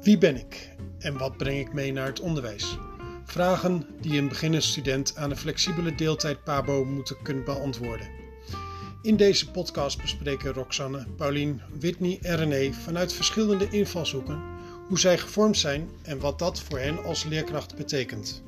Wie ben ik en wat breng ik mee naar het onderwijs? Vragen die een beginnend student aan een flexibele deeltijd PABO moeten kunnen beantwoorden. In deze podcast bespreken Roxanne, Paulien, Whitney en René vanuit verschillende invalshoeken hoe zij gevormd zijn en wat dat voor hen als leerkracht betekent.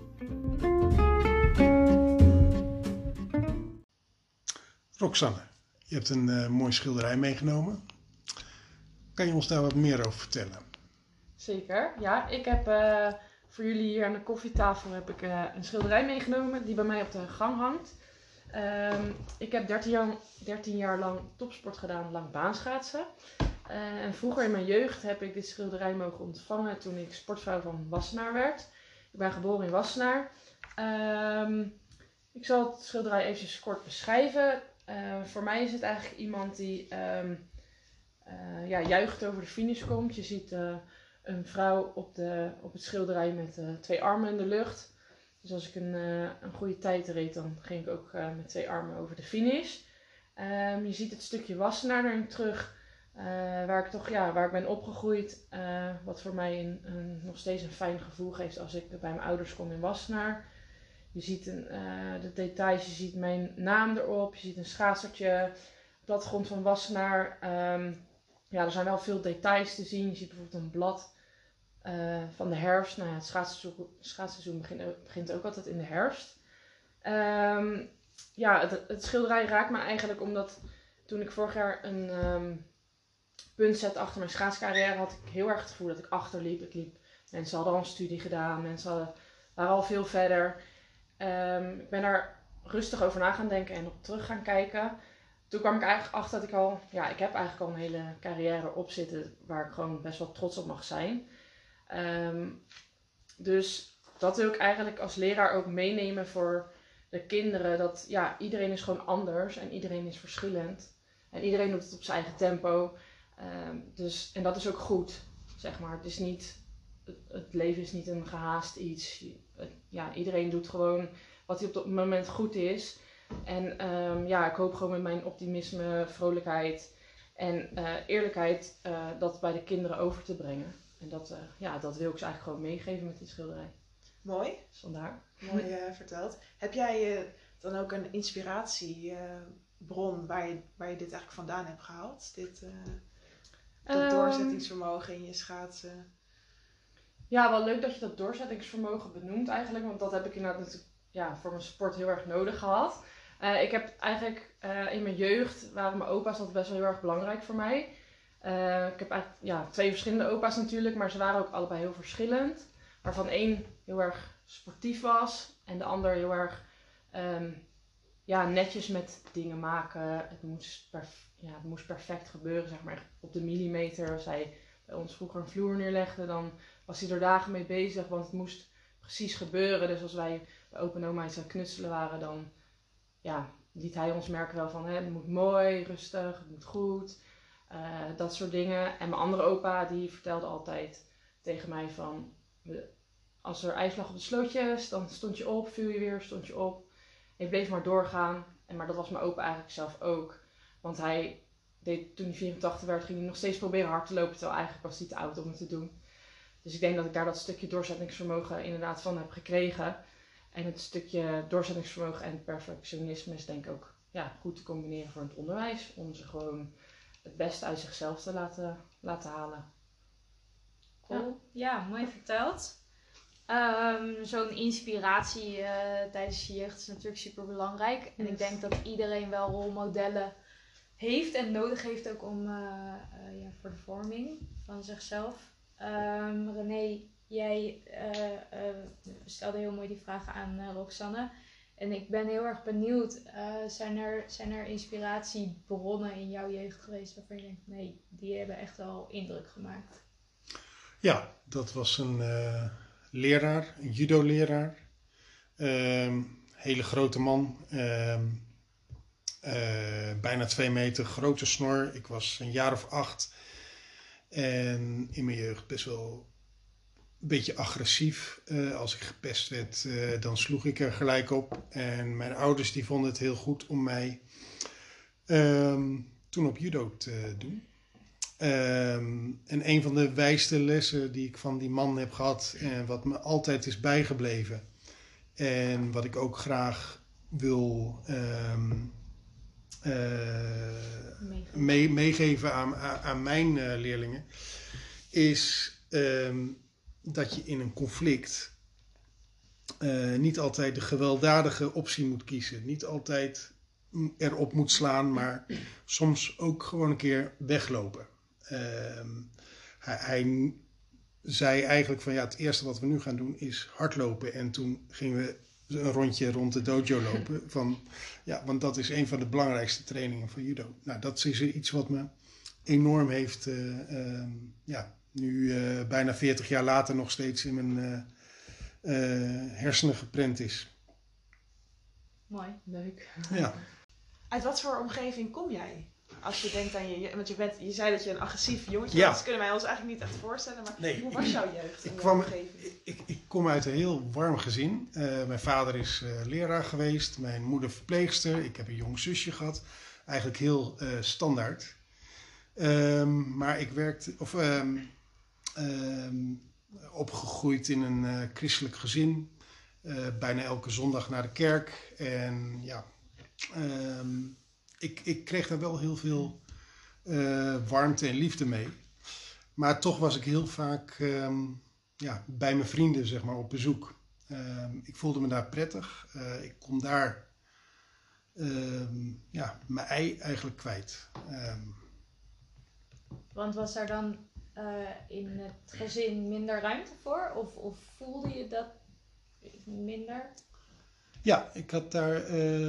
Roxanne, je hebt een mooi schilderij meegenomen. Kan je ons daar wat meer over vertellen? Zeker, ja. Ik heb voor jullie hier aan de koffietafel een schilderij meegenomen die bij mij op de gang hangt. Ik heb 13 jaar lang topsport gedaan, langbaanschaatsen. En vroeger in mijn jeugd heb ik dit schilderij mogen ontvangen toen ik sportvrouw van Wassenaar werd. Ik ben geboren in Wassenaar. Ik zal het schilderij eventjes kort beschrijven. Voor mij is het eigenlijk iemand die juichend over de finish komt. Je ziet een vrouw op het schilderij met 2 armen in de lucht. Dus als ik een goede tijd reed, dan ging ik ook met 2 armen over de finish. Je ziet het stukje Wassenaar erin terug, waar ik ben opgegroeid. Wat voor mij nog steeds een fijn gevoel geeft als ik bij mijn ouders kom in Wassenaar. Je ziet de details, je ziet mijn naam erop, je ziet een schaatsertje, plattegrond van Wassenaar. Er zijn wel veel details te zien. Je ziet bijvoorbeeld een blad van de herfst. Nou ja, het schaatsseizoen begint ook altijd in de herfst. Het schilderij raakt me eigenlijk omdat toen ik vorig jaar een punt zette achter mijn schaatscarrière, had ik heel erg het gevoel dat ik achterliep. Mensen hadden al een studie gedaan, waren al veel verder. Ik ben daar rustig over na gaan denken en op terug gaan kijken. Toen kwam ik eigenlijk achter dat ik heb eigenlijk al een hele carrière op zitten waar ik gewoon best wel trots op mag zijn. Dus dat wil ik eigenlijk als leraar ook meenemen voor de kinderen. Dat iedereen is gewoon anders en iedereen is verschillend. En iedereen doet het op zijn eigen tempo. En dat is ook goed, zeg maar. Het leven is niet een gehaast iets. Iedereen doet gewoon wat hij op dat moment goed is. En ik hoop gewoon met mijn optimisme, vrolijkheid en eerlijkheid dat bij de kinderen over te brengen. En dat wil ik ze eigenlijk gewoon meegeven met dit schilderij. Mooi. Dus vandaar. Mooi verteld. Heb jij dan ook een inspiratiebron waar je dit eigenlijk vandaan hebt gehaald? Dat doorzettingsvermogen in je schaatsen? Ja, wel leuk dat je dat doorzettingsvermogen benoemt eigenlijk. Want dat heb ik inderdaad natuurlijk voor mijn sport heel erg nodig gehad. Ik heb eigenlijk in mijn jeugd waren mijn opa's altijd best wel heel erg belangrijk voor mij. Ik heb eigenlijk 2 verschillende opa's natuurlijk, maar ze waren ook allebei heel verschillend. Waarvan één heel erg sportief was en de ander heel erg netjes met dingen maken. Het moest perfect gebeuren, zeg maar, echt op de millimeter. Als hij bij ons vroeger een vloer neerlegde, dan was hij er dagen mee bezig, want het moest precies gebeuren. Dus als wij bij opa en oma iets aan het knutselen waren, dan liet hij ons merken wel van het moet mooi, rustig, het moet goed. Dat soort dingen. En mijn andere opa die vertelde altijd tegen mij van als er ijs lag op de slootjes, dan stond je op, viel je weer, stond je op. En je bleef maar doorgaan. Maar dat was mijn opa eigenlijk zelf ook. Want hij deed, toen hij 84 werd, ging hij nog steeds proberen hard te lopen, terwijl eigenlijk was hij te oud om het te doen. Dus ik denk dat ik daar dat stukje doorzettingsvermogen inderdaad van heb gekregen. En het stukje doorzettingsvermogen en perfectionisme is denk ik ook goed te combineren voor het onderwijs. Om ze gewoon het beste uit zichzelf te laten halen. Cool. Ja, mooi verteld. Zo'n inspiratie tijdens je jeugd is natuurlijk super belangrijk. En ik denk dat iedereen wel rolmodellen heeft en nodig heeft ook om voor de vorming van zichzelf. René, jij stelde heel mooi die vragen aan Roxanne. En ik ben heel erg benieuwd, zijn er inspiratiebronnen in jouw jeugd geweest waarvan je denkt, nee, die hebben echt wel indruk gemaakt? Ja, dat was een leraar, een judo-leraar. Hele grote man. Bijna 2 meter, grote snor. Ik was een jaar of 8. En in mijn jeugd best wel een beetje agressief. Als ik gepest werd, dan sloeg ik er gelijk op. En mijn ouders die vonden het heel goed om mij toen op judo te doen. En een van de wijste lessen die ik van die man heb gehad en wat me altijd is bijgebleven en wat ik ook graag wil meegeven aan mijn leerlingen, is dat je in een conflict niet altijd de gewelddadige optie moet kiezen. Niet altijd erop moet slaan, maar soms ook gewoon een keer weglopen. Hij zei eigenlijk van het eerste wat we nu gaan doen is hardlopen. En toen gingen we een rondje rond de dojo lopen. Want dat is een van de belangrijkste trainingen van judo. Nou, dat is iets wat me enorm heeft, nu bijna 40 jaar later nog steeds in mijn hersenen geprent is. Mooi. Leuk. Ja. Uit wat voor omgeving kom jij? Als je denkt aan want je zei dat je een agressief jongetje Ja. was. Dat kunnen wij ons eigenlijk niet echt voorstellen. Maar Nee. hoe was jouw jeugd in Ik jouw omgeving? Ik kom uit een heel warm gezin. Mijn vader is leraar geweest. Mijn moeder verpleegster. Ik heb een jong zusje gehad. Eigenlijk heel standaard. Maar ik werkte... opgegroeid in een christelijk gezin. Bijna elke zondag naar de kerk. En ik kreeg daar wel heel veel warmte en liefde mee. Maar toch was ik heel vaak bij mijn vrienden, zeg maar, op bezoek. Ik voelde me daar prettig. Ik kon daar mijn ei eigenlijk kwijt. Want was er dan in het gezin minder ruimte voor? Of voelde je dat minder? Ja, ik had daar...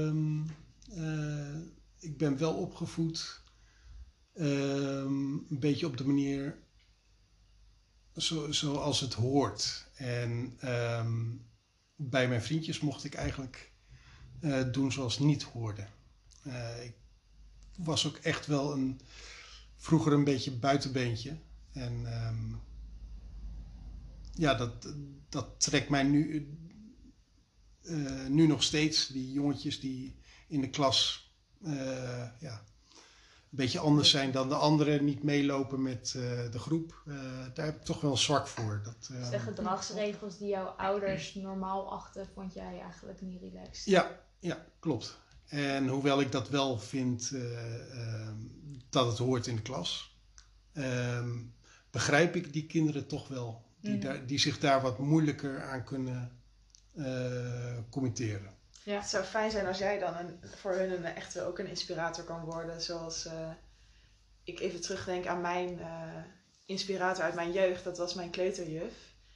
ik ben wel opgevoed een beetje op de manier zoals het hoort. En bij mijn vriendjes mocht ik eigenlijk doen zoals het niet hoorde. Ik was ook echt wel vroeger een beetje buitenbeentje. En dat trekt mij nu nog steeds. Die jongetjes die in de klas een beetje anders zijn dan de anderen, niet meelopen met de groep. Daar heb ik toch wel zwak voor. Dus de gedragsregels die jouw ouders normaal achten, vond jij eigenlijk niet relaxed? Ja, klopt. En hoewel ik dat wel vind dat het hoort in de klas, begrijp ik die kinderen toch wel. Die zich daar wat moeilijker aan kunnen committeren. Ja. Het zou fijn zijn als jij dan voor hun echt ook een inspirator kan worden. Zoals ik even terugdenk aan mijn inspirator uit mijn jeugd. Dat was mijn kleuterjuf.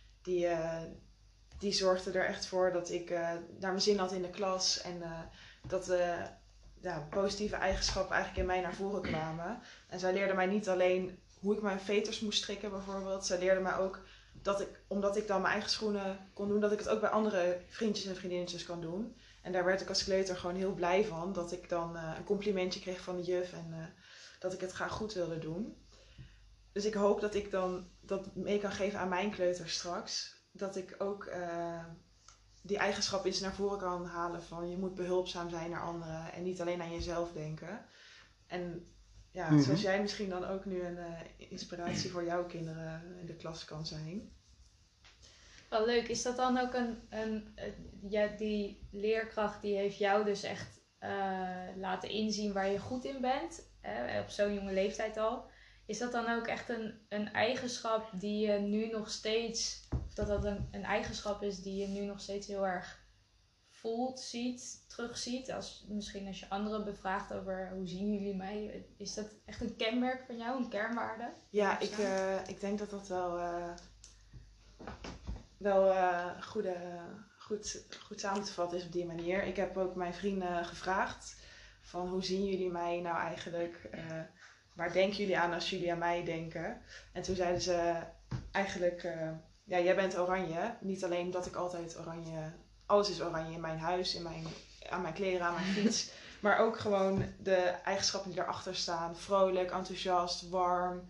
Die zorgde er echt voor dat ik naar mijn zin had in de klas. En dat positieve eigenschappen eigenlijk in mij naar voren kwamen. En zij leerde mij niet alleen hoe ik mijn veters moest strikken bijvoorbeeld. Zij leerde mij ook dat omdat ik dan mijn eigen schoenen kon doen, dat ik het ook bij andere vriendjes en vriendinnetjes kan doen. En daar werd ik als kleuter gewoon heel blij van. Dat ik dan een complimentje kreeg van de juf en dat ik het graag goed wilde doen. Dus ik hoop dat ik dan dat mee kan geven aan mijn kleuter straks. Dat ik ook die eigenschap eens naar voren kan halen van je moet behulpzaam zijn naar anderen en niet alleen aan jezelf denken. En zoals jij misschien dan ook nu een inspiratie voor jouw kinderen in de klas kan zijn. Wel leuk. Is dat dan ook die leerkracht die heeft jou dus echt laten inzien waar je goed in bent, op zo'n jonge leeftijd al. Is dat dan ook echt een eigenschap die je nu nog steeds, of dat een eigenschap is die je nu nog steeds heel erg voelt, terugziet? Misschien als je anderen bevraagt over hoe zien jullie mij, is dat echt een kenmerk van jou, een kernwaarde? Ja, ik denk dat dat wel goed samen te vatten is op die manier. Ik heb ook mijn vrienden gevraagd van hoe zien jullie mij nou eigenlijk, waar denken jullie aan als jullie aan mij denken? En toen zeiden ze eigenlijk, jij bent oranje. Niet alleen dat ik altijd oranje, alles is oranje in mijn huis, aan mijn kleren, aan mijn fiets. Maar ook gewoon de eigenschappen die erachter staan. Vrolijk, enthousiast, warm.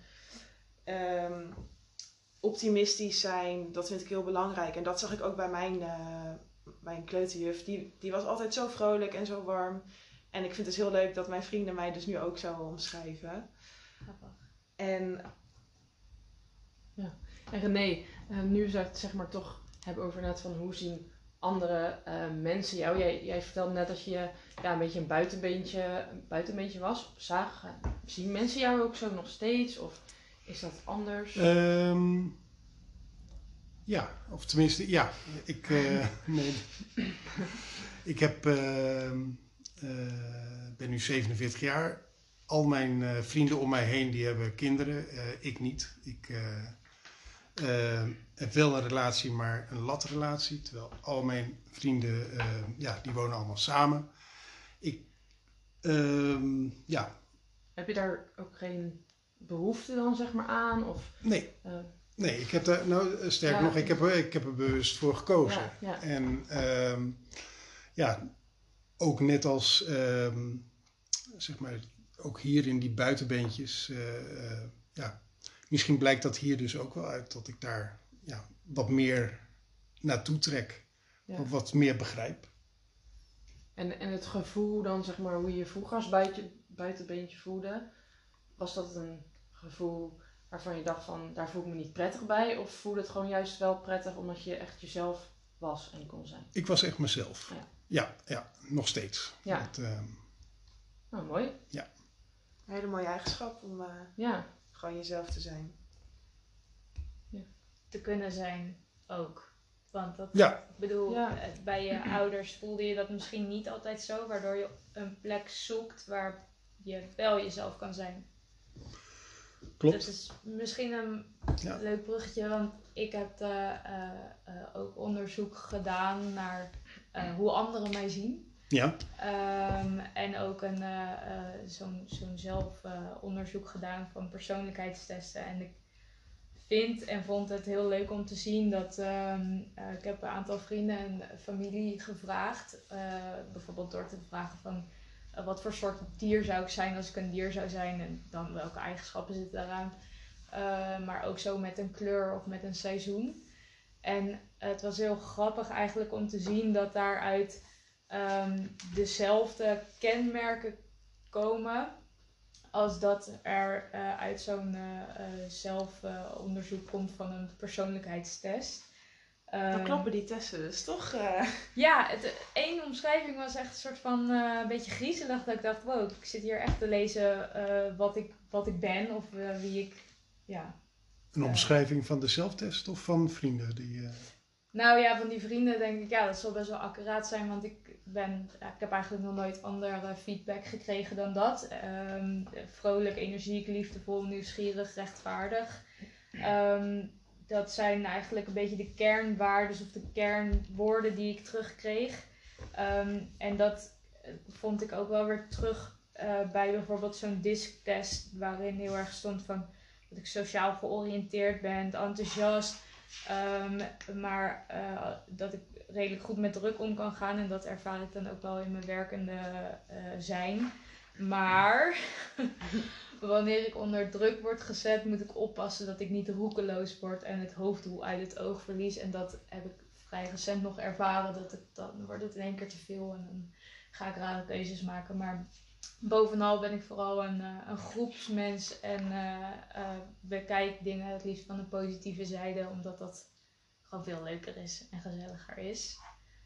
Optimistisch zijn, dat vind ik heel belangrijk. En dat zag ik ook bij mijn kleuterjuf. Die was altijd zo vrolijk en zo warm. En ik vind het heel leuk dat mijn vrienden mij dus nu ook zo omschrijven. Grappig. En En René, nu zou het zeg maar toch hebben over net van hoe zien andere mensen jou. Jij vertelde net dat je een beetje een buitenbeentje was. Zien mensen jou ook zo nog steeds? Of is dat anders? Ja, of tenminste, ja. Nee. Ik ben nu 47 jaar. Al mijn vrienden om mij heen die hebben kinderen. Ik niet. Ik heb wel een relatie, maar een latrelatie. Terwijl al mijn vrienden, die wonen allemaal samen. Heb je daar ook geen behoefte dan zeg maar aan? Of, Nee. Nee, ik heb daar, sterker nog, ik heb er bewust voor gekozen. Ja. En ook net als, zeg maar, ook hier in die buitenbeentjes, misschien blijkt dat hier dus ook wel uit dat ik daar wat meer naartoe trek. Ja. Of wat meer begrijp. En het gevoel dan, zeg maar, hoe je je vroeger als buitenbeentje voelde, was dat een gevoel waarvan je dacht van, daar voel ik me niet prettig bij? Of voelde het gewoon juist wel prettig omdat je echt jezelf was en kon zijn? Ik was echt mezelf. Ja, nog steeds. Ja. Nou, mooi. Ja. een hele mooie eigenschap om gewoon jezelf te zijn. Te kunnen zijn ook. Want dat, Ja. ik bedoel, bij je ouders voelde je dat misschien niet altijd zo, waardoor je een plek zoekt waar je wel jezelf kan zijn. Klopt. Dat is misschien een leuk bruggetje, want ik heb ook onderzoek gedaan naar hoe anderen mij zien. Ja. En ook zo'n zelfonderzoek gedaan van persoonlijkheidstesten. En ik vond het heel leuk om te zien dat ik heb een aantal vrienden en familie gevraagd. Bijvoorbeeld door te vragen van wat voor soort dier zou ik zijn als ik een dier zou zijn. En dan welke eigenschappen zitten daaraan. Maar ook zo met een kleur of met een seizoen. En het was heel grappig eigenlijk om te zien dat daaruit dezelfde kenmerken komen als dat er uit zo'n zelfonderzoek komt van een persoonlijkheidstest. Dan kloppen die testen dus, toch? Ja, één omschrijving was echt een soort van een beetje griezelig. Dat ik dacht, wow, ik zit hier echt te lezen wat ik ben of wie ik... Ja. Een omschrijving van de zelftest of van vrienden die... Nou ja, van die vrienden denk ik, dat zal best wel accuraat zijn, want ik heb eigenlijk nog nooit andere feedback gekregen dan dat. Vrolijk, energiek, liefdevol, nieuwsgierig, rechtvaardig. Dat zijn eigenlijk een beetje de kernwaarden of de kernwoorden die ik terugkreeg. En dat vond ik ook wel weer terug bij bijvoorbeeld zo'n DISC-test, waarin heel erg stond van dat ik sociaal georiënteerd ben, enthousiast. Maar dat ik redelijk goed met druk om kan gaan en dat ervaar ik dan ook wel in mijn werkende zijn. Maar wanneer ik onder druk word gezet, moet ik oppassen dat ik niet roekeloos word en het hoofddoel uit het oog verlies. En dat heb ik vrij recent nog ervaren, dan wordt het in één keer te veel en dan ga ik rare keuzes maken. Maar bovenal ben ik vooral een groepsmens en bekijk dingen het liefst van de positieve zijde, omdat dat gewoon veel leuker is en gezelliger is.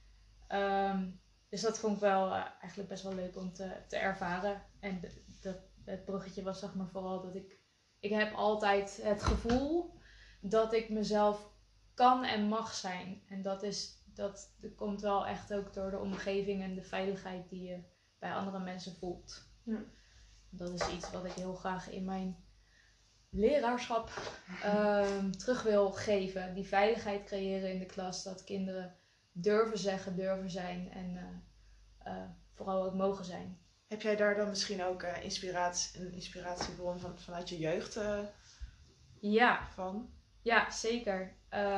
Dus dat vond ik wel eigenlijk best wel leuk om te ervaren. En het bruggetje was zeg maar vooral dat ik heb altijd het gevoel dat ik mezelf kan en mag zijn. En dat komt wel echt ook door de omgeving en de veiligheid die je bij andere mensen voelt. Ja. Dat is iets wat ik heel graag in mijn leraarschap terug wil geven. Die veiligheid creëren in de klas. Dat kinderen durven zeggen, durven zijn en vooral ook mogen zijn. Heb jij daar dan misschien ook een inspiratiebron vanuit je jeugd van? Ja, zeker.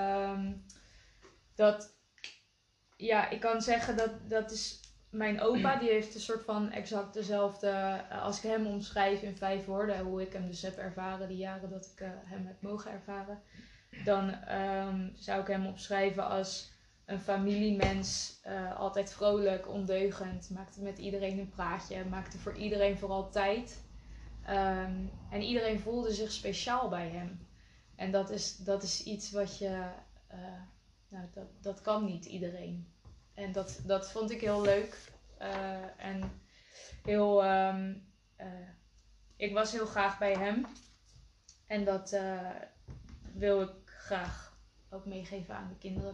Ik kan zeggen dat is mijn opa, die heeft een soort van exact dezelfde, als ik hem omschrijf in 5 woorden, hoe ik hem dus heb ervaren, die jaren dat ik hem heb mogen ervaren, dan zou ik hem omschrijven als een familiemens, altijd vrolijk, ondeugend, maakte met iedereen een praatje, maakte voor iedereen vooral tijd. En iedereen voelde zich speciaal bij hem. En dat is iets wat je... dat kan niet iedereen. En dat vond ik heel leuk. En heel... ik was heel graag bij hem. En dat wil ik graag ook meegeven aan de kinderen.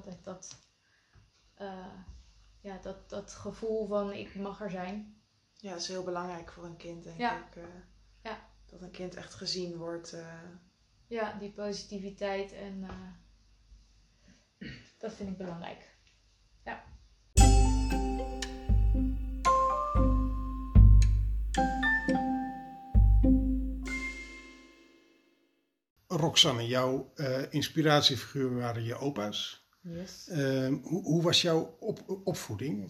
Dat gevoel van ik mag er zijn. Ja, dat is heel belangrijk voor een kind, denk Ja. ik. Ja. Dat een kind echt gezien wordt. Ja, die positiviteit en dat vind ik belangrijk. Ja. Roxanne, jouw inspiratiefiguur waren je opa's. Yes. Hoe was jouw opvoeding?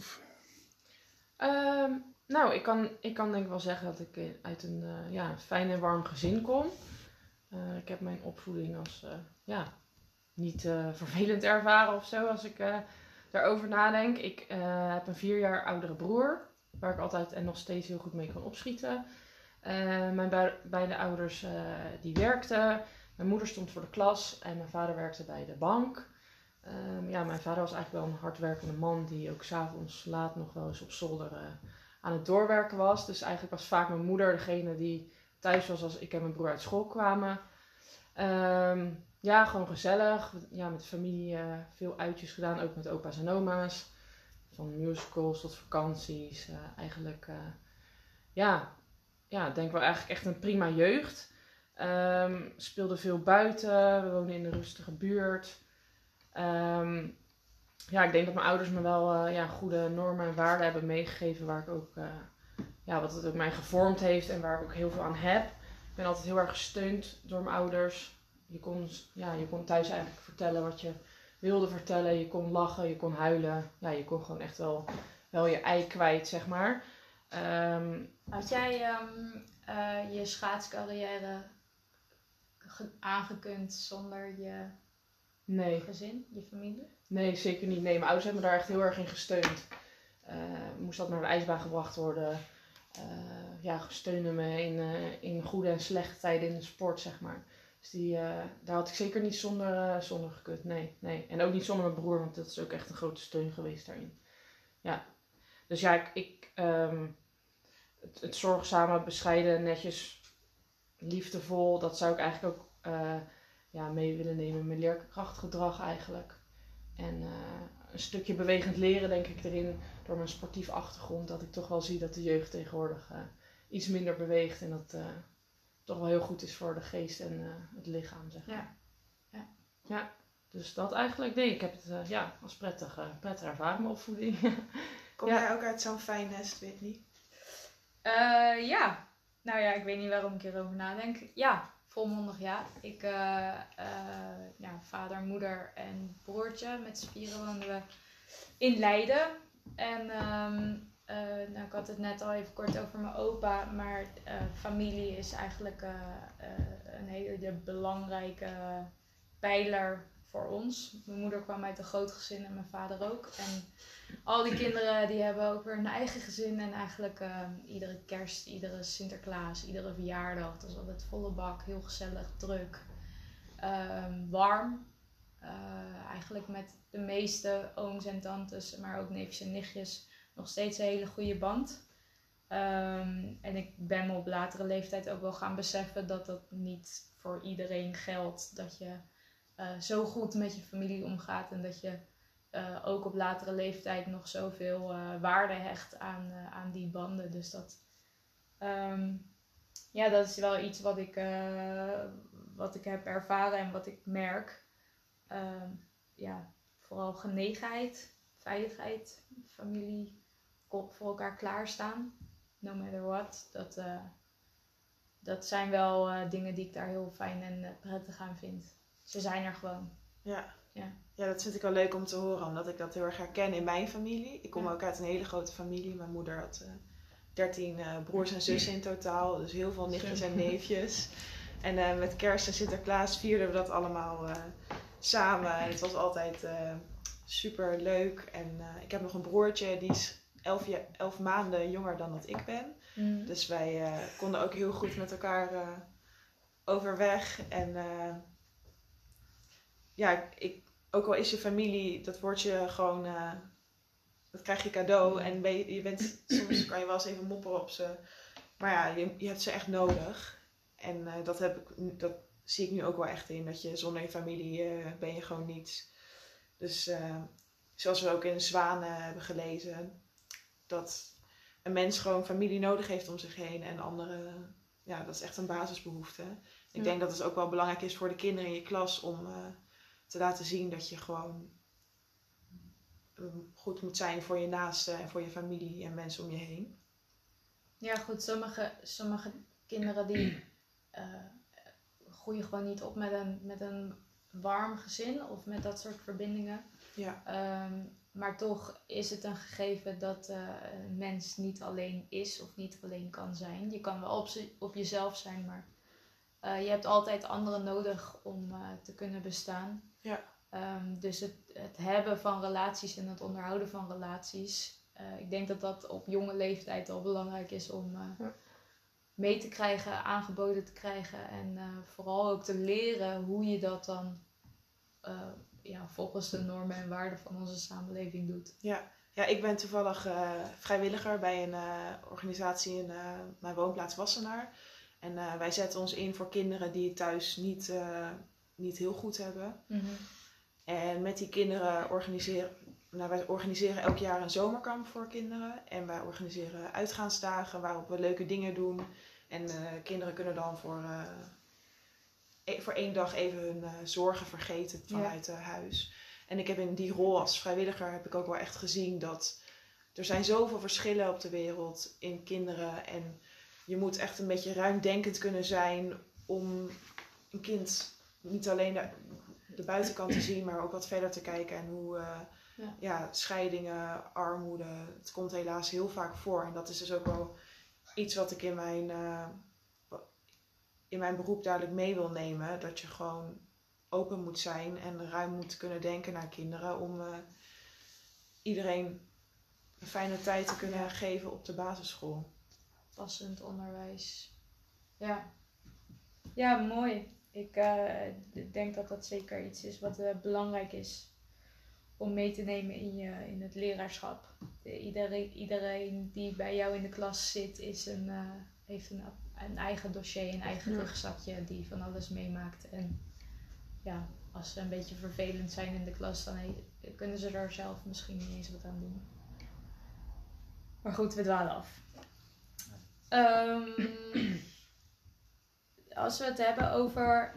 Nou, ik kan denk ik wel zeggen dat ik uit een fijn en warm gezin kom. Ik heb mijn opvoeding als niet vervelend ervaren of zo, als ik daarover nadenk. Ik heb een 4 jaar oudere broer, waar ik altijd en nog steeds heel goed mee kan opschieten. Mijn beide ouders die werkten. Mijn moeder stond voor de klas en mijn vader werkte bij de bank. Mijn vader was eigenlijk wel een hardwerkende man die ook 's avonds laat nog wel eens op zolder aan het doorwerken was. Dus eigenlijk was vaak mijn moeder degene die thuis was als ik en mijn broer uit school kwamen. Gewoon gezellig. Ja, met de familie veel uitjes gedaan, ook met opa's en oma's. Van musicals tot vakanties. Ik denk wel eigenlijk echt een prima jeugd. Speelde veel buiten. We woonden in een rustige buurt. Ik denk dat mijn ouders me wel goede normen en waarden hebben meegegeven. Waar ik ook, wat het ook mij gevormd heeft en waar ik ook heel veel aan heb. Ik ben altijd heel erg gesteund door mijn ouders. Je kon thuis eigenlijk vertellen wat je wilde vertellen. Je kon lachen, je kon huilen. Ja, je kon gewoon echt wel je ei kwijt, zeg maar. Had jij je schaatscarrière aangekund zonder je gezin, je familie? Nee, zeker niet. Nee, mijn ouders hebben me daar echt heel erg in gesteund. Moest dat naar de ijsbaan gebracht worden. Steunen me in goede en slechte tijden in de sport, zeg maar. Dus daar had ik zeker niet zonder gekund. Nee. En ook niet zonder mijn broer, want dat is ook echt een grote steun geweest daarin. Ja. Dus het zorgzame, bescheiden, netjes, liefdevol, dat zou ik eigenlijk ook mee willen nemen in mijn leerkrachtgedrag eigenlijk. En een stukje bewegend leren denk ik erin, door mijn sportief achtergrond, dat ik toch wel zie dat de jeugd tegenwoordig iets minder beweegt en dat toch wel heel goed is voor de geest en het lichaam, zeg maar. Ja, dus dat eigenlijk, nee, ik heb het als prettig ervaren, mijn opvoeding. Kom jij ook uit zo'n fijn nest, Whitney? Ik weet niet waarom ik hierover nadenk. Ja, volmondig ja. Ik, vader, moeder en broertje. Met z'n vieren woonden we in Leiden. En ik had het net al even kort over mijn opa. Maar familie is eigenlijk een hele belangrijke pijler voor ons. Mijn moeder kwam uit een groot gezin en mijn vader ook. En al die kinderen die hebben ook weer een eigen gezin. En eigenlijk iedere kerst, iedere Sinterklaas, iedere verjaardag. Dat is altijd volle bak, heel gezellig, druk, warm. Eigenlijk met de meeste ooms en tantes, maar ook neefjes en nichtjes, nog steeds een hele goede band. En ik ben me op latere leeftijd ook wel gaan beseffen dat dat niet voor iedereen geldt. Dat je zo goed met je familie omgaat en dat je ook op latere leeftijd nog zoveel waarde hecht aan die banden. Dus dat is wel iets wat ik heb ervaren en wat ik merk. Vooral genegenheid, veiligheid, familie, voor elkaar klaarstaan, no matter what. Dat zijn wel dingen die ik daar heel fijn en prettig aan vind. Ze zijn er gewoon. Ja, dat vind ik wel leuk om te horen, omdat ik dat heel erg herken in mijn familie. Ik kom ook uit een hele grote familie. Mijn moeder had 13 broers en zussen in totaal, dus heel veel nichtjes en neefjes. En met Kerst en Sinterklaas vierden we dat allemaal samen. En het was altijd super leuk. En ik heb nog een broertje, die is 11 maanden jonger dan dat ik ben. Dus wij konden ook heel goed met elkaar overweg. En ook al is je familie, dat wordt je gewoon, dat krijg je cadeau. En soms kan je wel eens even mopperen op ze. Maar ja, je hebt ze echt nodig. En dat zie ik nu ook wel echt in. Dat je zonder je familie ben je gewoon niets. Dus zoals we ook in Zwanen hebben gelezen. Dat een mens gewoon familie nodig heeft om zich heen. En anderen, dat is echt een basisbehoefte. Ik denk dat het ook wel belangrijk is voor de kinderen in je klas om te laten zien dat je gewoon goed moet zijn voor je naasten en voor je familie en mensen om je heen. Ja, goed. Sommige kinderen die groeien gewoon niet op met een warm gezin of met dat soort verbindingen. Ja. Maar toch is het een gegeven dat een mens niet alleen is of niet alleen kan zijn. Je kan wel op jezelf zijn, maar je hebt altijd anderen nodig om te kunnen bestaan. Ja. Dus het hebben van relaties en het onderhouden van relaties. Ik denk dat dat op jonge leeftijd al belangrijk is om mee te krijgen, aangeboden te krijgen. En vooral ook te leren hoe je dat dan volgens de normen en waarden van onze samenleving doet. Ja, ik ben toevallig vrijwilliger bij een organisatie in mijn woonplaats Wassenaar. En wij zetten ons in voor kinderen die het thuis niet heel goed hebben. Mm-hmm. En met die kinderen wij organiseren elk jaar een zomerkamp voor kinderen. En wij organiseren uitgaansdagen waarop we leuke dingen doen. En kinderen kunnen dan voor 1 dag even hun zorgen vergeten vanuit huis. En ik heb in die rol als vrijwilliger heb ik ook wel echt gezien dat er zijn zoveel verschillen op de wereld in kinderen. En je moet echt een beetje ruimdenkend kunnen zijn om een kind niet alleen de buitenkant te zien, maar ook wat verder te kijken. En hoe scheidingen, armoede, het komt helaas heel vaak voor. En dat is dus ook wel iets wat ik in mijn beroep duidelijk mee wil nemen. Dat je gewoon open moet zijn en ruim moet kunnen denken naar kinderen om iedereen een fijne tijd te kunnen geven op de basisschool. Passend onderwijs. Ja, mooi. Ik denk dat dat zeker iets is wat belangrijk is om mee te nemen in het leraarschap. Iedereen die bij jou in de klas zit heeft een eigen dossier, een eigen rugzakje die van alles meemaakt. En ja, als ze een beetje vervelend zijn in de klas, dan kunnen ze er zelf misschien niet eens wat aan doen. Maar goed, we dwalen af. Als we het hebben over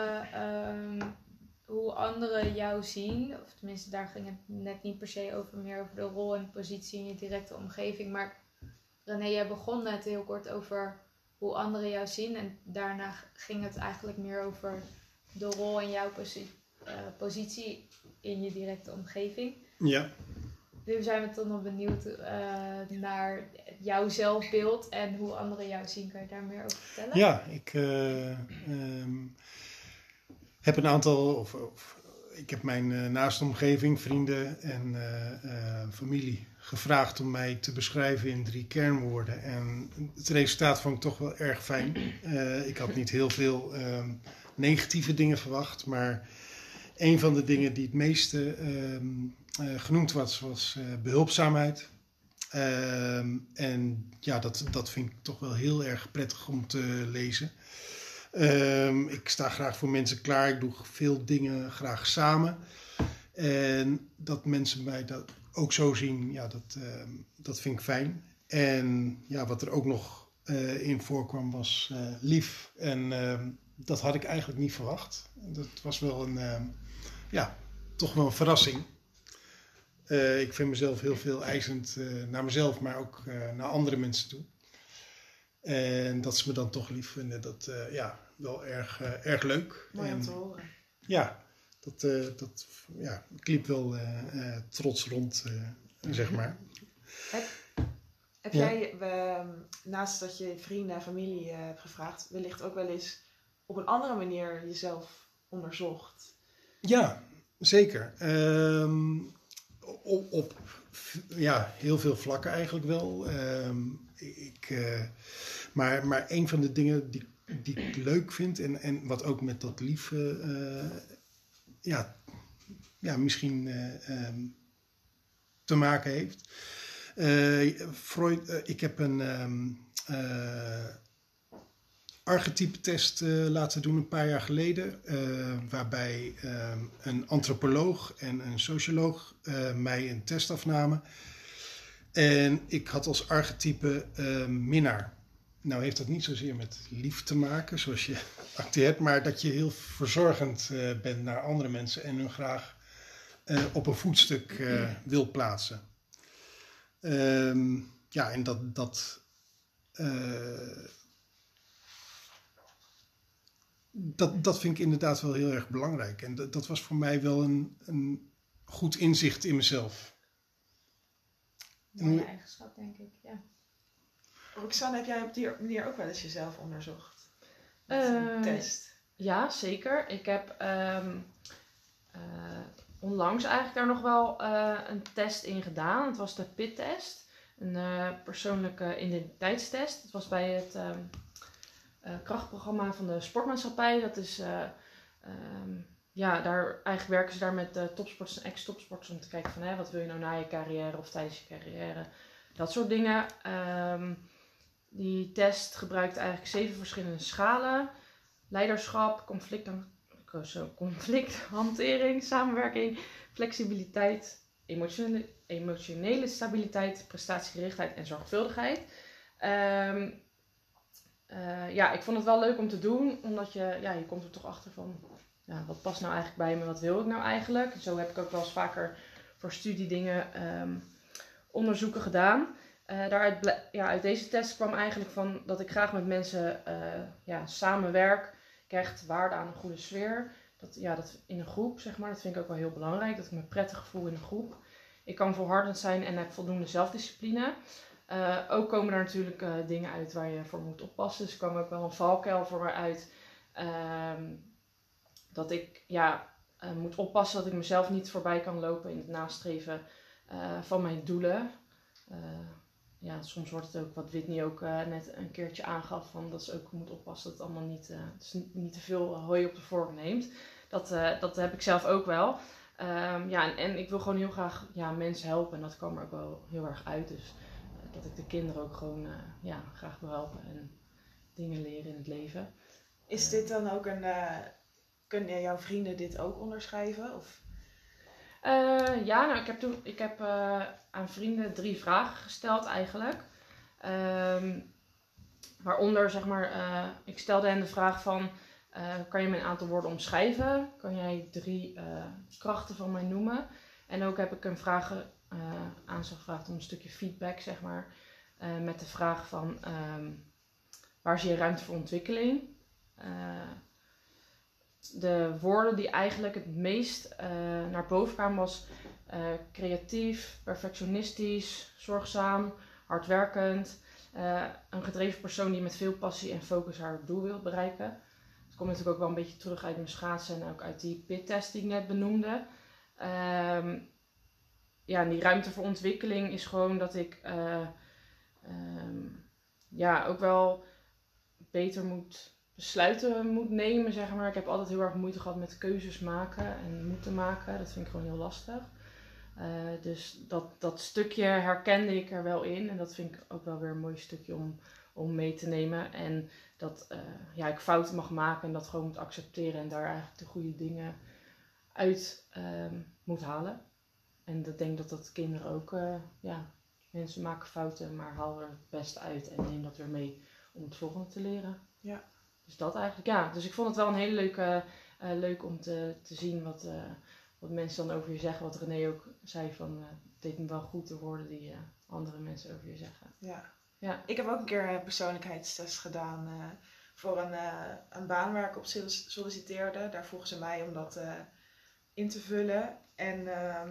hoe anderen jou zien, of tenminste daar ging het net niet per se over, meer over de rol en positie in je directe omgeving. Maar René, jij begon net heel kort over hoe anderen jou zien en daarna ging het eigenlijk meer over de rol en jouw positie in je directe omgeving. Ja. Nu zijn we toch nog benieuwd naar jouw zelfbeeld en hoe anderen jou zien. Kan je daar meer over vertellen? Ja, ik heb een aantal, ik heb mijn naaste omgeving, vrienden en familie gevraagd om mij te beschrijven in 3 kernwoorden. En het resultaat vond ik toch wel erg fijn. Ik had niet heel veel negatieve dingen verwacht, maar een van de dingen die het meeste genoemd was behulpzaamheid. En ja, dat vind ik toch wel heel erg prettig om te lezen. Ik sta graag voor mensen klaar. Ik doe veel dingen graag samen. En dat mensen mij dat ook zo zien, ja, dat vind ik fijn. En ja, wat er ook nog in voorkwam was lief. En dat had ik eigenlijk niet verwacht. Dat was wel toch wel een verrassing. Ik vind mezelf heel veel eisend naar mezelf, maar ook naar andere mensen toe. En dat ze me dan toch lief vinden, dat wel erg leuk. Mooi om te horen. Ja, ik liep wel trots rond, zeg maar. Heb jij, naast dat je vrienden en familie hebt gevraagd, wellicht ook wel eens op een andere manier jezelf onderzocht? Ja, zeker. Op heel veel vlakken eigenlijk wel. Maar een van de dingen die ik leuk vind en wat ook met dat lief misschien te maken heeft. Freud, ik heb een archetypetest laten doen een paar jaar geleden, waarbij een antropoloog en een socioloog mij een test afnamen. En ik had als archetype minnaar. Nou heeft dat niet zozeer met lief te maken, zoals je acteert, maar dat je heel verzorgend bent naar andere mensen en hun graag op een voetstuk wil plaatsen. En dat vind ik inderdaad wel heel erg belangrijk. En dat was voor mij wel een goed inzicht in mezelf. Mooie eigenschap, denk ik, ja. Roxanne, heb jij op die manier ook wel eens jezelf onderzocht? Met een test? Ja, zeker. Ik heb onlangs eigenlijk daar nog wel een test in gedaan. Het was de PIT-test. Een persoonlijke identiteitstest. Het was bij het krachtprogramma van de sportmaatschappij. Dat is... daar eigenlijk werken ze daar met topsporters en ex-topsporters om te kijken van wat wil je nou na je carrière of tijdens je carrière. Dat soort dingen. Die test gebruikt eigenlijk 7 verschillende schalen. Leiderschap, conflicthantering, samenwerking, flexibiliteit, emotionele stabiliteit, prestatiegerichtheid en zorgvuldigheid. Ik vond het wel leuk om te doen, omdat je komt er toch achter van... Ja, wat past nou eigenlijk bij me? Wat wil ik nou eigenlijk? Zo heb ik ook wel eens vaker voor studiedingen onderzoeken gedaan. Uit deze test kwam eigenlijk van dat ik graag met mensen samenwerk. Ik krijg waarde aan een goede sfeer. Dat in een groep, zeg maar. Dat vind ik ook wel heel belangrijk. Dat ik me prettig voel in een groep. Ik kan volhardend zijn en heb voldoende zelfdiscipline. Ook komen er natuurlijk dingen uit waar je voor moet oppassen. Dus er kwam ook wel een valkuil voor mij uit... dat ik moet oppassen dat ik mezelf niet voorbij kan lopen in het nastreven van mijn doelen. Soms wordt het ook wat Whitney ook net een keertje aangaf, van dat ze ook moet oppassen dat het allemaal niet te veel hooi op de vork neemt. Dat heb ik zelf ook wel. En ik wil gewoon heel graag mensen helpen en dat kwam er ook wel heel erg uit. Dus dat ik de kinderen ook gewoon graag wil helpen en dingen leren in het leven. Is dit dan ook kunnen jouw vrienden dit ook onderschrijven? Of? Ik heb aan vrienden 3 vragen gesteld eigenlijk. Waaronder, zeg maar, ik stelde hen de vraag van... kan je me een aantal woorden omschrijven? Kan jij 3 krachten van mij noemen? En ook heb ik een aan ze gevraagd om een stukje feedback, zeg maar. Met de vraag van... waar zie je ruimte voor ontwikkeling? De woorden die eigenlijk het meest naar boven kwamen was creatief, perfectionistisch, zorgzaam, hardwerkend. Een gedreven persoon die met veel passie en focus haar doel wil bereiken. Dat komt natuurlijk ook wel een beetje terug uit mijn schaatsen en ook uit die PIT-test die ik net benoemde. En die ruimte voor ontwikkeling is gewoon dat ik ook wel beter besluiten moet nemen, zeg maar. Ik heb altijd heel erg moeite gehad met keuzes maken en moeten maken. Dat vind ik gewoon heel lastig. Dus dat stukje herkende ik er wel in. En dat vind ik ook wel weer een mooi stukje om mee te nemen. En dat ik fouten mag maken en dat gewoon moet accepteren. En daar eigenlijk de goede dingen uit moet halen. En ik denk dat kinderen ook... mensen maken fouten, maar halen er het beste uit. En neem dat weer mee om het volgende te leren. Ja. Dus dat eigenlijk, ja. Dus ik vond het wel een hele leuk om te zien wat mensen dan over je zeggen. Wat René ook zei van, het deed me wel goed de woorden die andere mensen over je zeggen. Ja. Ik heb ook een keer een persoonlijkheidstest gedaan voor een baan waar ik op solliciteerde. Daar vroegen ze mij om dat in te vullen. En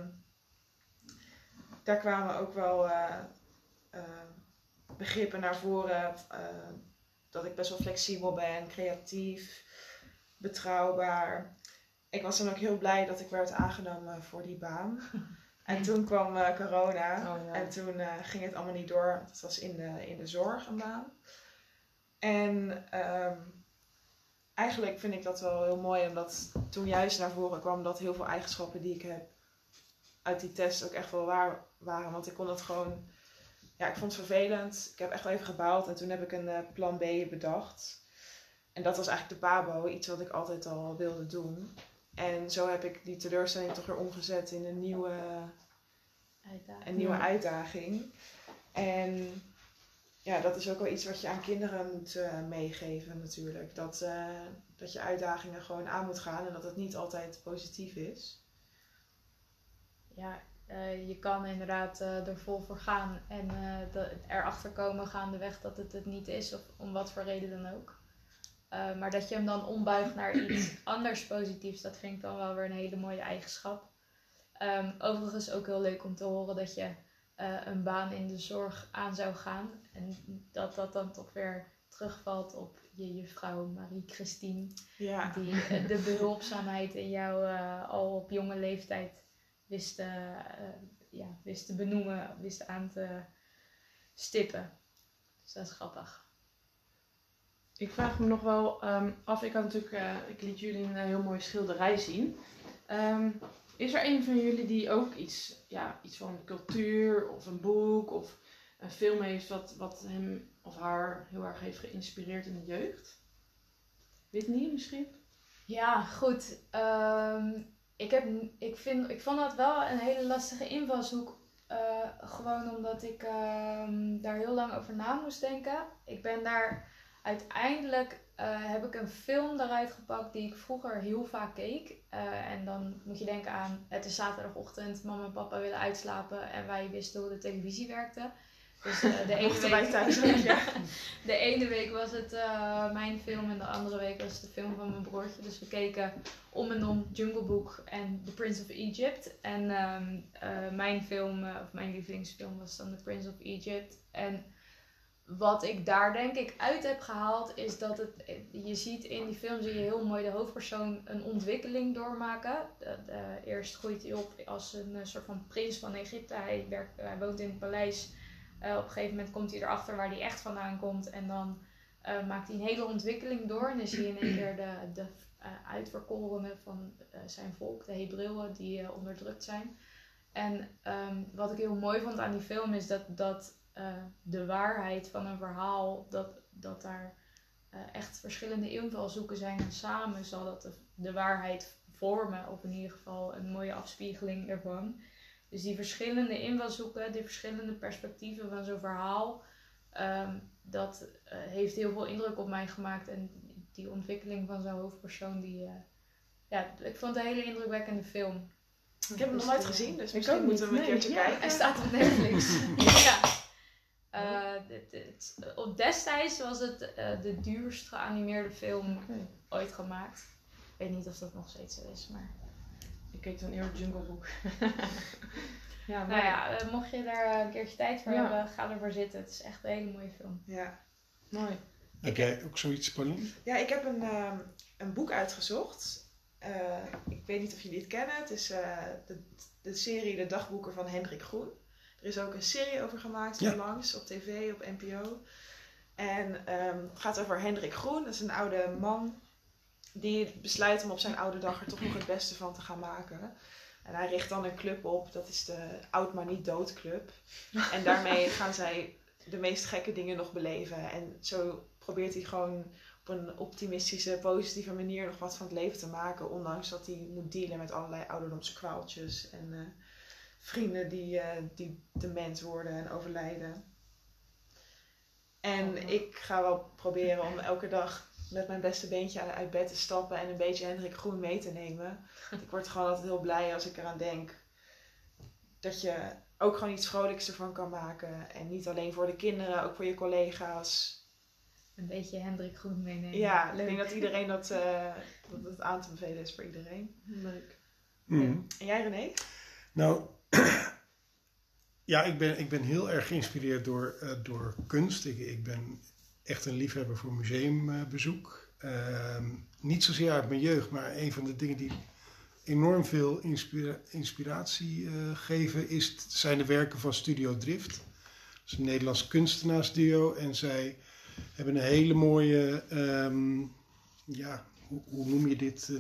daar kwamen ook wel begrippen naar voren. Dat ik best wel flexibel ben, creatief, betrouwbaar. Ik was dan ook heel blij dat ik werd aangenomen voor die baan. En toen kwam corona. Oh, ja. En toen ging het allemaal niet door. Het was in de zorg een baan. En eigenlijk vind ik dat wel heel mooi. Omdat toen juist naar voren kwam dat heel veel eigenschappen die ik heb uit die test ook echt wel waar waren. Want ik kon het gewoon... Ja, ik vond het vervelend. Ik heb echt wel even gebaald. En toen heb ik een plan B bedacht. En dat was eigenlijk de PABO. Iets wat ik altijd al wilde doen. En zo heb ik die teleurstelling toch weer omgezet in een nieuwe uitdaging. En ja, dat is ook wel iets wat je aan kinderen moet meegeven natuurlijk. Dat je uitdagingen gewoon aan moet gaan en dat het niet altijd positief is. Ja, je kan inderdaad er vol voor gaan en erachter komen gaandeweg dat het niet is, of om wat voor reden dan ook. Maar dat je hem dan ombuigt naar iets anders positiefs, dat vind ik dan wel weer een hele mooie eigenschap. Overigens ook heel leuk om te horen dat je een baan in de zorg aan zou gaan. En dat dan toch weer terugvalt op je juffrouw Marie-Christine. Ja. Die de behulpzaamheid in jou al op jonge leeftijd wist te benoemen, wist aan te stippen. Dus dat is grappig. Ik vraag me nog wel af, ik liet jullie een heel mooie schilderij zien. Is er een van jullie die ook iets van cultuur of een boek of een film heeft wat hem of haar heel erg heeft geïnspireerd in de jeugd? Whitney misschien? Ja, goed. Ik vond dat wel een hele lastige invalshoek. Gewoon omdat ik daar heel lang over na moest denken. Ik ben daar uiteindelijk heb ik een film daaruit gepakt die ik vroeger heel vaak keek. En dan moet je denken aan, het is zaterdagochtend, mama en papa willen uitslapen en wij wisten hoe de televisie werkte. Dus de ene week thuis ook, ja. De ene week was het mijn film en de andere week was het de film van mijn broertje. Dus we keken om en om Jungle Book en The Prince of Egypt. En mijn film, of mijn lievelingsfilm was dan The Prince of Egypt. En wat ik daar denk ik uit heb gehaald is dat je ziet in die film zie je heel mooi de hoofdpersoon een ontwikkeling doormaken. Eerst groeit hij op als een soort van prins van Egypte. Hij woont in het paleis. Op een gegeven moment komt hij erachter waar hij echt vandaan komt. En dan maakt hij een hele ontwikkeling door. En dan zie je in één keer de uitverkorenen van zijn volk, de Hebreeën, die onderdrukt zijn. En wat ik heel mooi vond aan die film is dat de waarheid van een verhaal, dat daar echt verschillende invalshoeken zijn. En samen zal dat de waarheid vormen, of in ieder geval een mooie afspiegeling ervan. Dus die verschillende invalshoeken, die verschillende perspectieven van zo'n verhaal, dat heeft heel veel indruk op mij gemaakt. En die ontwikkeling van zo'n hoofdpersoon, ik vond het een hele indrukwekkende film. Ik heb hem nog nooit gezien, dus misschien moeten we hem een keertje kijken. Hij staat op Netflix. Op destijds was het de duurst geanimeerde film ooit gemaakt. Ik weet niet of dat nog steeds zo is, maar... Ik keek dan eerder Jungle Book. Ja, nou ja, mocht je daar een keertje tijd voor hebben, ga ervoor zitten. Het is echt een hele mooie film. Ja. Mooi. Heb jij ook zoiets, Pauline? Ja, ik heb een boek uitgezocht. Ik weet niet of jullie het kennen. Het is de serie De Dagboeken van Hendrik Groen. Er is ook een serie over gemaakt onlangs op tv, op NPO. En het gaat over Hendrik Groen. Dat is een oude man die besluit om op zijn oude dag er toch nog het beste van te gaan maken. En hij richt dan een club op. Dat is de Oud maar niet dood club. En daarmee gaan zij de meest gekke dingen nog beleven. En zo probeert hij gewoon op een optimistische, positieve manier nog wat van het leven te maken. Ondanks dat hij moet dealen met allerlei ouderdomskwaaltjes en vrienden die dement worden en overlijden. En ik ga wel proberen om elke dag met mijn beste beentje uit bed te stappen en een beetje Hendrik Groen mee te nemen. Ik word gewoon altijd heel blij als ik eraan denk dat je ook gewoon iets vrolijks ervan kan maken. En niet alleen voor de kinderen, ook voor je collega's. Een beetje Hendrik Groen meenemen. Ja, leuk. Ik denk dat iedereen dat het aan te bevelen is voor iedereen. Leuk. Mm. En jij, René? Nou, ja, ik ben heel erg geïnspireerd door kunst. Ik ben echt een liefhebber voor museumbezoek. Niet zozeer uit mijn jeugd, maar een van de dingen die enorm veel inspiratie geven zijn de werken van Studio Drift. Dat is een Nederlands kunstenaarsduo en zij hebben een hele mooie, hoe noem je dit?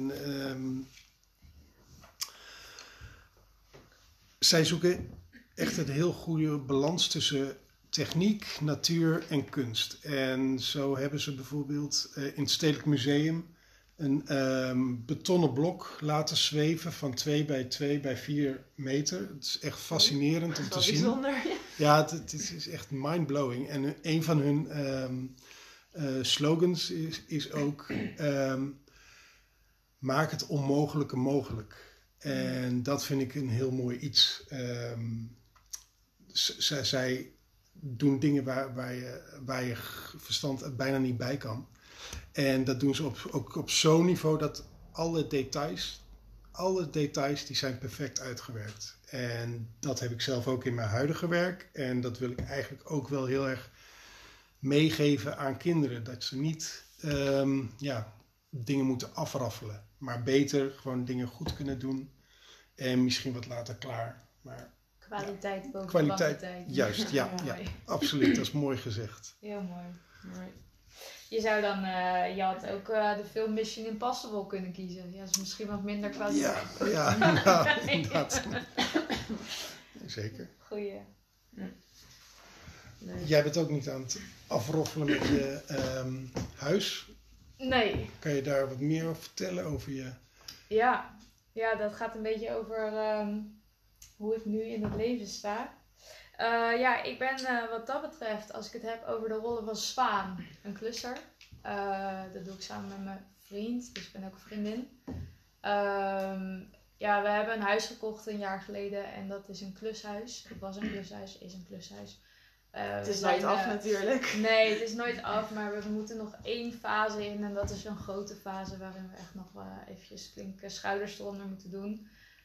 Zij zoeken echt een heel goede balans tussen techniek, natuur en kunst. En zo hebben ze bijvoorbeeld in het Stedelijk Museum een betonnen blok laten zweven van 2 bij 2 bij 4 meter. Het is echt fascinerend om te zien. Bijzonder. Ja, het is echt mindblowing. En een van hun slogans is ook maak het onmogelijke mogelijk. En dat vind ik een heel mooi iets. Zij doen dingen waar je verstand bijna niet bij kan. En dat doen ze ook op zo'n niveau dat alle details die zijn perfect uitgewerkt. En dat heb ik zelf ook in mijn huidige werk. En dat wil ik eigenlijk ook wel heel erg meegeven aan kinderen. Dat ze niet dingen moeten afraffelen. Maar beter gewoon dingen goed kunnen doen. En misschien wat later klaar. Maar Kwaliteit boven kwaliteit. kwantiteit. Juist, ja, absoluut. Dat is mooi gezegd. Heel mooi. Right. Je zou dan, je had ook de film Mission Impossible kunnen kiezen. Ja, dat is misschien wat minder kwaliteit. Ja, nou, inderdaad. Zeker. Goeie. Nee. Jij bent ook niet aan het afroffelen met je huis. Nee. Kan je daar wat meer over vertellen over je... Ja, dat gaat een beetje over hoe ik nu in het leven sta. Ik ben wat dat betreft, als ik het heb over de rollen van Zwaan, een klusser. Dat doe ik samen met mijn vriend, dus ik ben ook een vriendin. We hebben een huis gekocht een jaar geleden en dat is een klushuis. Het was een klushuis, is een klushuis. Het is nooit af natuurlijk. Nee, het is nooit af, maar we moeten nog 1 fase in en dat is een grote fase waarin we echt nog eventjes flinke schouders eronder moeten doen.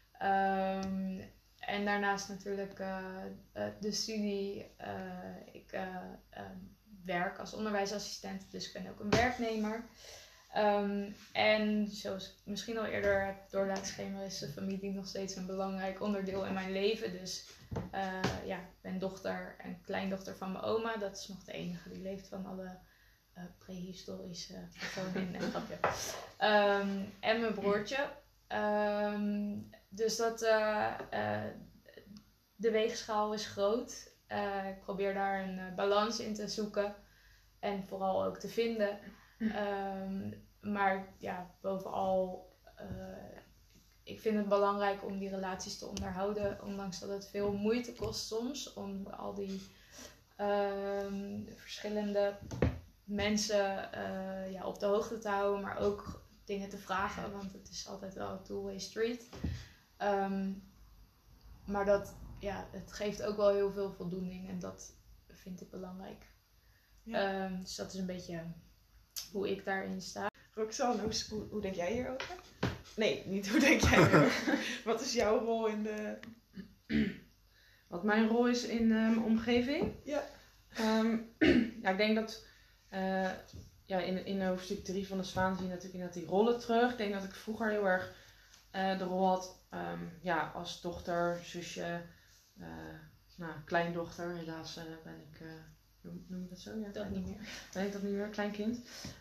En daarnaast natuurlijk de studie. Ik werk als onderwijsassistent, dus ik ben ook een werknemer. En zoals ik misschien al eerder heb door laten schemeren, is de familie nog steeds een belangrijk onderdeel in mijn leven. Dus ik ben dochter en kleindochter van mijn oma. Dat is nog de enige die leeft van alle prehistorische personen en grapje. En mijn broertje. Dus dat de weegschaal is groot. Ik probeer daar een balans in te zoeken en vooral ook te vinden. Maar ja, bovenal, ik vind het belangrijk om die relaties te onderhouden, ondanks dat het veel moeite kost soms om al die verschillende mensen op de hoogte te houden, maar ook dingen te vragen, want het is altijd wel een two-way street. Maar het geeft ook wel heel veel voldoening en dat vind ik belangrijk. Ja. Dus dat is een beetje hoe ik daarin sta. Roxanne, hoe denk jij hierover? Nee, niet hoe denk jij hierover. Wat is jouw rol in de... Wat mijn rol is in mijn omgeving? Ja. Ik denk dat in hoofdstuk 3 van de Zwaan zie je natuurlijk inderdaad die rollen terug. Ik denk dat ik vroeger heel erg de rol had als dochter, zusje, kleindochter. Helaas ben ik, noem je dat zo? Ja, Dat niet meer. Ben ik dat niet meer, kleinkind.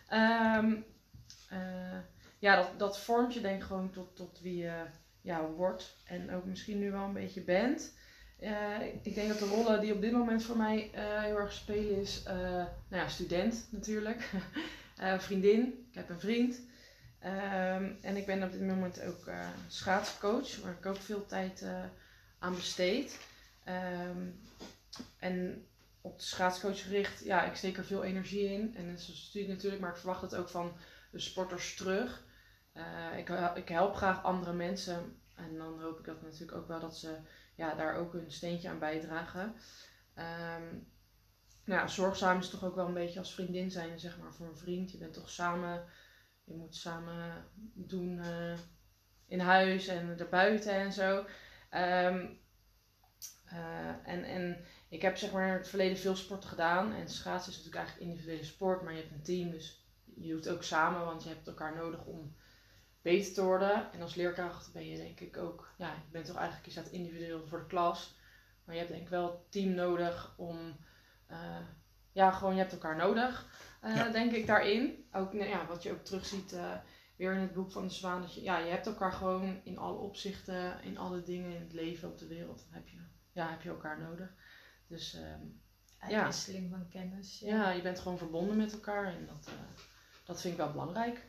Dat vormt je denk ik gewoon tot wie je wordt en ook misschien nu wel een beetje bent. Ik denk dat de rollen die op dit moment voor mij heel erg spelen is student natuurlijk, vriendin, ik heb een vriend en ik ben op dit moment ook schaatscoach waar ik ook veel tijd aan besteed. En op de schaatscoach gericht, ik steek er veel energie in en dat is een studie natuurlijk, maar ik verwacht het ook van de sporters terug. Ik help graag andere mensen en dan hoop ik dat natuurlijk ook wel dat ze daar ook hun steentje aan bijdragen. Zorgzaam is toch ook wel een beetje als vriendin zijn, zeg maar, voor een vriend. Je bent toch samen, je moet samen doen in huis en erbuiten en zo. En ik heb zeg maar in het verleden veel sporten gedaan. En schaatsen is natuurlijk eigenlijk individuele sport, maar je hebt een team, dus je doet het ook samen, want je hebt elkaar nodig om beter te worden. En als leerkracht ben je denk ik ook, je bent toch eigenlijk, je staat individueel voor de klas. Maar je hebt denk ik wel het team nodig om, gewoon je hebt elkaar nodig, denk ik daarin. Ook wat je ook terugziet weer in het boek van de Zwaan. Dat je hebt elkaar gewoon in alle opzichten, in alle dingen in het leven, op de wereld. Dan heb je elkaar nodig. Dus uitwisseling van kennis. Ja, je bent gewoon verbonden met elkaar en dat vind ik wel belangrijk.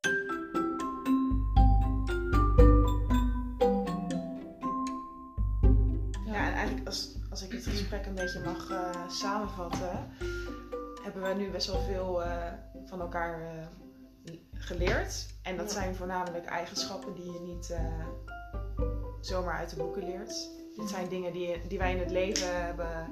Ja, en eigenlijk als ik het gesprek een beetje mag samenvatten, hebben we nu best wel veel van elkaar geleerd. En dat zijn voornamelijk eigenschappen die je niet zomaar uit de boeken leert. Dit zijn dingen die wij in het leven hebben,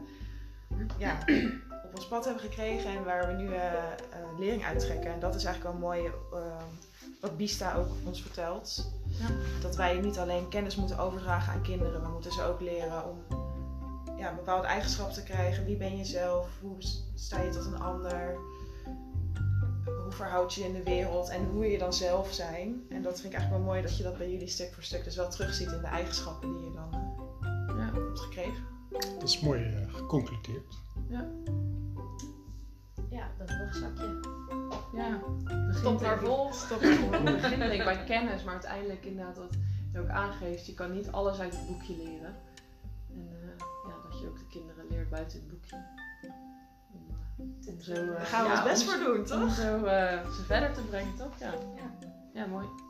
op ons pad hebben gekregen en waar we nu lering uit trekken. En dat is eigenlijk wel mooi wat Bista ook ons vertelt. Ja. Dat wij niet alleen kennis moeten overdragen aan kinderen, we moeten ze ook leren om bepaalde eigenschappen te krijgen. Wie ben je zelf? Hoe sta je tot een ander? Hoe verhoud je je in de wereld? En hoe je dan zelf zijn? En dat vind ik eigenlijk wel mooi dat je dat bij jullie stuk voor stuk dus wel terugziet in de eigenschappen die je dan hebt gekregen. Dat is mooi geconcludeerd. Ja, dat rugzakje. Ja. Stop maar vol. Het begint denk ik bij kennis, maar uiteindelijk inderdaad wat je ook aangeeft, je kan niet alles uit het boekje leren. En dat je ook de kinderen leert buiten het boekje. Om zo, Daar gaan we ons best voor doen, toch? Om zo ze verder te brengen, toch? Ja, mooi.